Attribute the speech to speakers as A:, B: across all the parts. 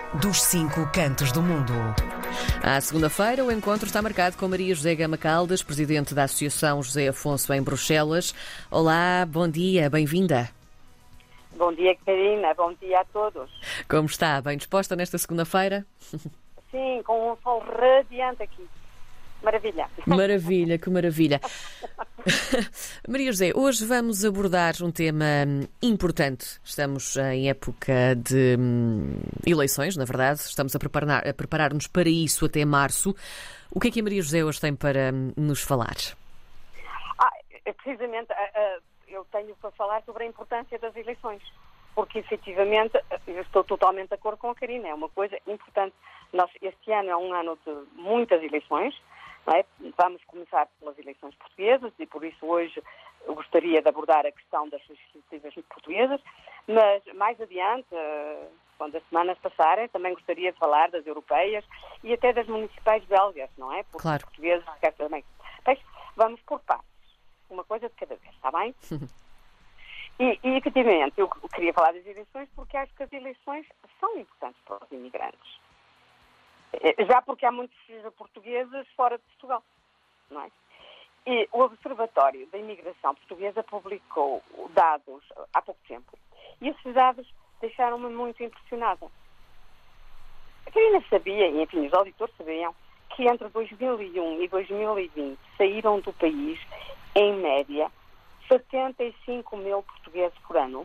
A: dos 5 cantos do mundo.
B: À segunda-feira, o encontro está marcado com Maria José Gama Caldas, presidente da Associação José Afonso em Bruxelas. Olá, bom dia, bem-vinda.
C: Bom dia, Karina. Bom dia a todos.
B: Como está? Bem disposta nesta segunda-feira?
C: Sim, com um sol radiante aqui. Maravilha.
B: Maravilha, que maravilha. Maria José, hoje vamos abordar um tema importante. Estamos em época de eleições, na verdade. Estamos a preparar-nos para isso até março. O que é que a Maria José hoje tem para nos falar?
C: Precisamente, eu tenho para falar sobre a importância das eleições. Porque, efetivamente, eu estou totalmente de acordo com a Karina. É uma coisa importante. Este ano é um ano de muitas eleições. Não é? Vamos começar pelas eleições portuguesas e, por isso, hoje eu gostaria de abordar a questão das legislativas portuguesas. Mas, mais adiante, quando as semanas passarem, também gostaria de falar das europeias e até das municipais belgas, não é? Porque
B: claro.
C: Os portugueses querem também. Mas vamos por partes. Uma coisa de cada vez, está bem? E, efetivamente, eu queria falar das eleições porque acho que as eleições são importantes para os imigrantes. Já porque há muitos portugueses fora de Portugal, não é? E o Observatório da Imigração Portuguesa publicou dados há pouco tempo. E esses dados deixaram-me muito impressionada. A Karina sabia, e enfim, os auditores sabiam, que entre 2001 e 2020 saíram do país, em média, 75 mil portugueses por ano.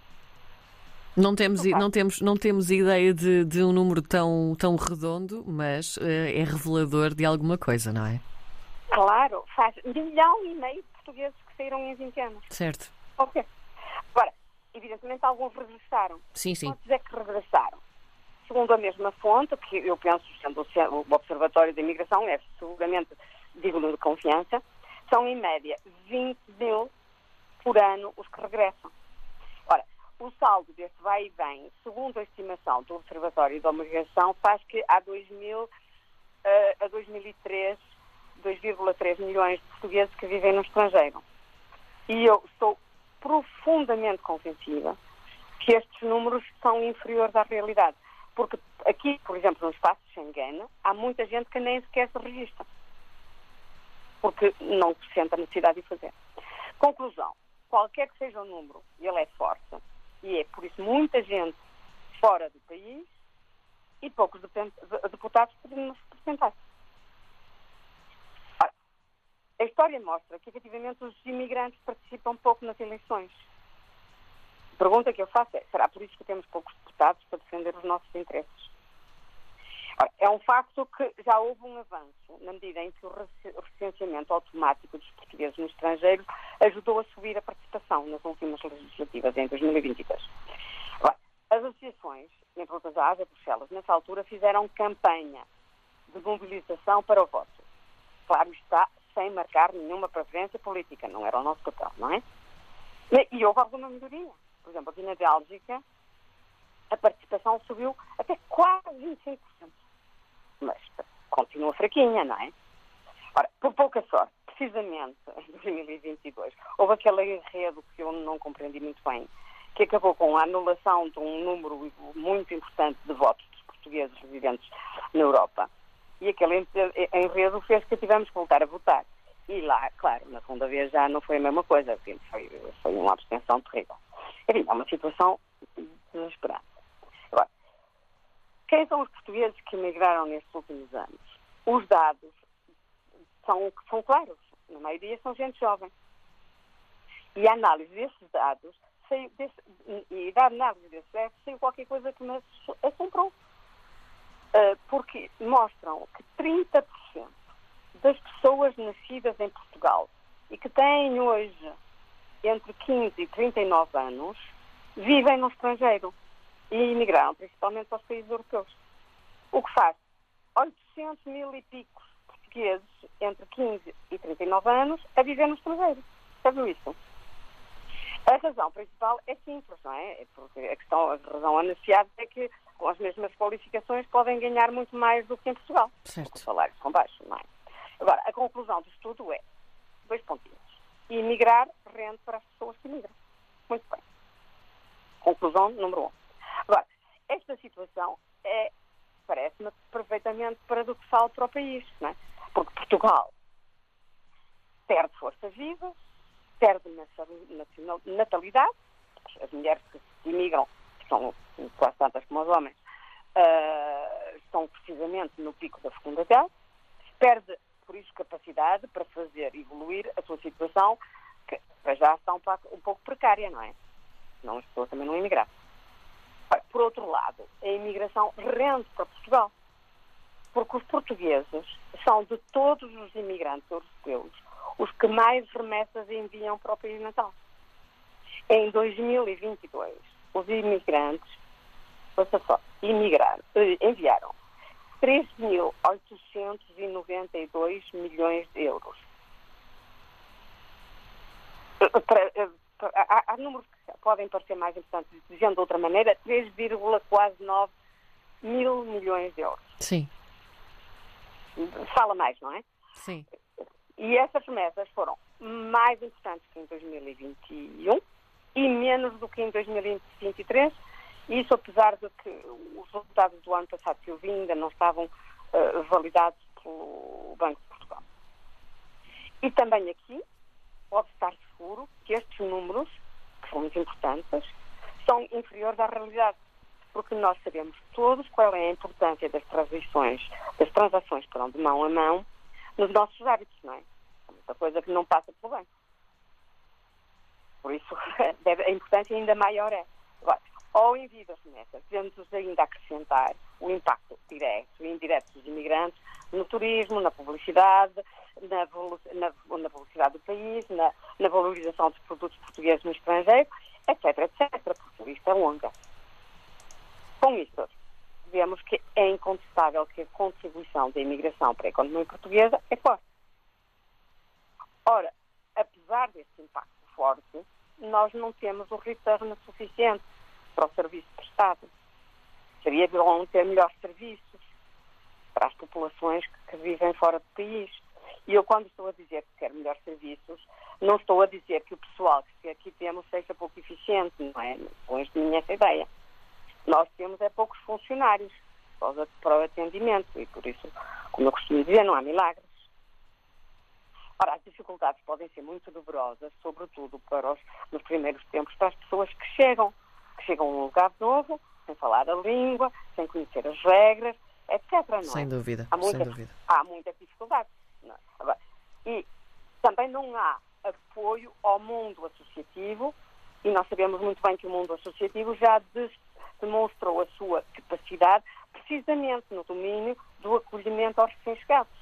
B: Não temos ideia de um número tão redondo, mas é revelador de alguma coisa, não é?
C: Claro, faz 1,5 milhão de portugueses que saíram em 20 anos.
B: Certo.
C: Ok. Agora, evidentemente alguns regressaram.
B: Sim.
C: Quantos é que regressaram? Segundo a mesma fonte, que eu penso, sendo o Observatório da Imigração, é seguramente digno de confiança, são em média 20 mil por ano os que regressam. Ora, o saldo deste vai e vem, segundo a estimação do Observatório da Imigração, faz que há 2003, 2,3 milhões de portugueses que vivem no estrangeiro. E eu estou profundamente convencida que estes números são inferiores à realidade. Porque aqui, por exemplo, no espaço de Schengen, há muita gente que nem sequer se registra. Porque não se sente a necessidade de o fazer. Conclusão. Qualquer que seja o número, ele é forte. E é, por isso, muita gente fora do país e poucos deputados podemos representar. Ora, a história mostra que, efetivamente, os imigrantes participam pouco nas eleições. A pergunta que eu faço é, será por isso que temos poucos deputados para defender os nossos interesses? Ora, é um facto que já houve um avanço, na medida em que o recenseamento automático dos portugueses no estrangeiro ajudou a subir a participação nas últimas legislativas, em 2022. Ora, as associações, entre outras a ASA Bruxelas, nessa altura fizeram campanha de mobilização para o voto. Claro está, sem marcar nenhuma preferência política, não era o nosso papel, não é? E houve alguma melhoria. Por exemplo, aqui na Bélgica, a participação subiu até quase 25%. Mas continua fraquinha, não é? Ora, por pouca sorte, precisamente em 2022, houve aquele enredo que eu não compreendi muito bem, que acabou com a anulação de um número muito importante de votos dos portugueses residentes na Europa. E aquele enredo fez que tivemos que voltar a votar. E lá, claro, na segunda vez já não foi a mesma coisa, foi uma abstenção terrível. Enfim, é uma situação desesperante. Agora, quem são os portugueses que emigraram nestes últimos anos? Os dados são claros. Na maioria são gente jovem. E a análise desses dados, saiu qualquer coisa que me assombrou. Porque mostram que 30% das pessoas nascidas em Portugal e que têm hoje entre 15 e 39 anos vivem no estrangeiro e emigraram principalmente para os países europeus. O que faz 800 mil e picos portugueses entre 15 e 39 anos a viver no estrangeiro. Sabe isso? A razão principal é simples, não é? É porque a razão anunciada é que com as mesmas qualificações podem ganhar muito mais do que em Portugal.
B: Certo.
C: Os salários são baixos, não é? Agora, a conclusão do estudo é 2 pontinhos. E emigrar rende para as pessoas que emigram. Muito bem. Conclusão número 1. Agora, esta situação parece-me perfeitamente paradoxal para o país, não é? Porque Portugal perde força viva, perde natalidade, as mulheres que imigram, que são quase tantas como os homens, estão precisamente no pico da fecundidade, perde, por isso, capacidade para fazer evoluir a sua situação, que já está um pouco precária, não é? Não as pessoas também não imigrar. Por outro lado, a imigração rende para Portugal, porque os portugueses são, de todos os imigrantes europeus, os que mais remessas enviam para o país natal. Em 2022, os imigrantes, enviaram 3.892 milhões de euros. Há números que podem parecer mais importantes, dizendo de outra maneira, 3,9 mil milhões de euros.
B: Sim.
C: Fala mais, não é?
B: Sim.
C: E essas remessas foram mais importantes que em 2021 e menos do que em 2023, isso apesar de que os resultados do ano passado que eu vi ainda não estavam validados pelo Banco de Portugal. E também aqui pode estar seguro que estes números, que são muito importantes, são inferiores à realidade, porque nós sabemos todos qual é a importância das transações de mão a mão nos nossos hábitos, não é? É muita coisa que não passa pelo banco. Por isso, a importância ainda maior é. Agora, ao envio das remessas, devemos ainda acrescentar o impacto direto e indireto dos imigrantes no turismo, na publicidade, na publicidade do país, na valorização dos produtos portugueses no estrangeiro, etc, porque isto é longa. Com isto, vemos que é incontestável que a contribuição da imigração para a economia portuguesa é forte. Ora, apesar deste impacto forte, nós não temos o retorno suficiente para o serviço prestado. Seria bom ter melhores serviços para as populações que vivem fora do país. E eu, quando estou a dizer que quero melhores serviços, não estou a dizer que o pessoal que aqui temos seja pouco eficiente, não é? Longe de mim essa ideia. Nós temos poucos funcionários para o atendimento e, por isso, como eu costumo dizer, não há milagres. Ora, as dificuldades podem ser muito dolorosas, sobretudo nos primeiros tempos, para as pessoas que chegam a um lugar novo, sem falar a língua, sem conhecer as regras, etc. Não é?
B: Sem dúvida,
C: sem
B: dúvida.
C: Há muitas dificuldades. Não é? Agora, e também não há apoio ao mundo associativo, e nós sabemos muito bem que o mundo associativo já demonstrou a sua capacidade precisamente no domínio do acolhimento aos recém-chegados.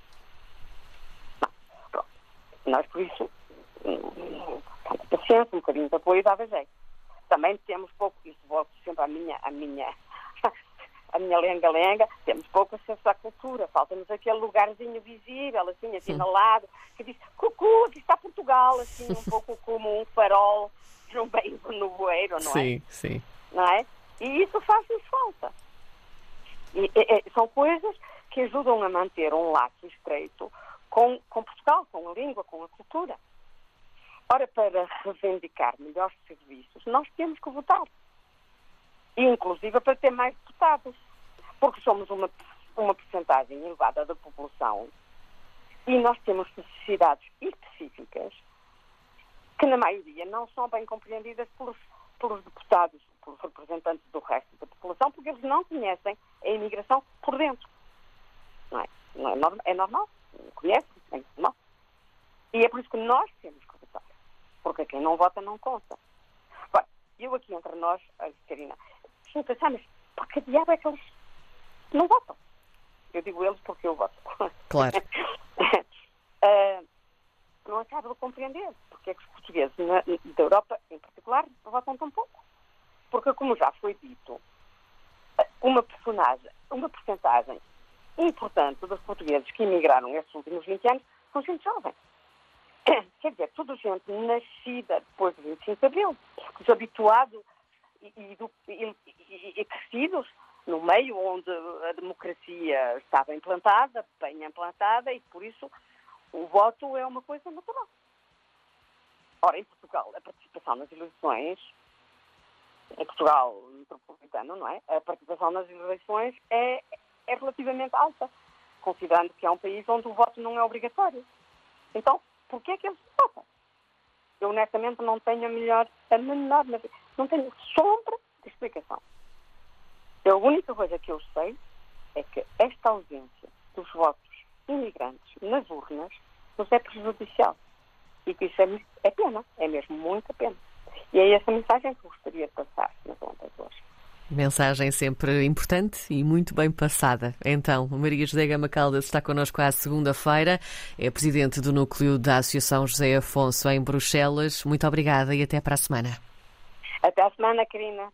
C: Nós, por isso, paciência, um bocadinho de apoio dava jeito. Também temos pouco, isso volto sempre à minha lenga-lenga, temos pouco acesso à cultura. Falta-nos aquele lugarzinho visível, assim, assinalado, que diz, cucu, aqui está Portugal, assim, um pouco como um farol num beijo no bueiro, não é?
B: Sim, sim.
C: Não é? E isso faz-nos falta. São coisas que ajudam a manter um laço estreito com Portugal, com a língua, com a cultura. Ora, para reivindicar melhores serviços, nós temos que votar. E, inclusive, para ter mais deputados. Porque somos uma porcentagem elevada da população e nós temos necessidades específicas que, na maioria, não são bem compreendidas pelos deputados, pelos representantes do resto da população, porque eles não conhecem a imigração por dentro. Não é? É normal. Não conhecem, é normal. E é por isso que nós temos que votar. Porque quem não vota não conta. Bom, eu aqui entre nós, Karina, preciso pensar, mas por que diabo é que eles não votam? Eu digo eles porque eu voto.
B: Claro.
C: Não acabo de compreender porque é que os portugueses da Europa, em particular, votam tão pouco. Porque, como já foi dito, uma porcentagem importante dos portugueses que emigraram estes últimos 20 anos são gente jovem. Quer dizer, tudo gente nascida depois de 25 de Abril, habituados e crescidos no meio onde a democracia estava implantada, bem implantada, e por isso o voto é uma coisa natural. Ora, em Portugal, a participação nas eleições em Portugal metropolitano, não é? A participação nas eleições é relativamente alta, considerando que é um país onde o voto não é obrigatório. Então, porquê é que eles votam? Eu, honestamente, não tenho não tenho sombra de explicação. A única coisa que eu sei é que esta ausência dos votos imigrantes nas urnas nos é prejudicial. E que isso é pena, é mesmo muita pena. E é essa mensagem que eu gostaria de passar nas ondas hoje.
B: Mensagem sempre importante e muito bem passada. Então, Maria José Gama Caldas está connosco à segunda-feira, é presidente do núcleo da Associação José Afonso em Bruxelas. Muito obrigada e até para a semana.
C: Até a semana, Karina.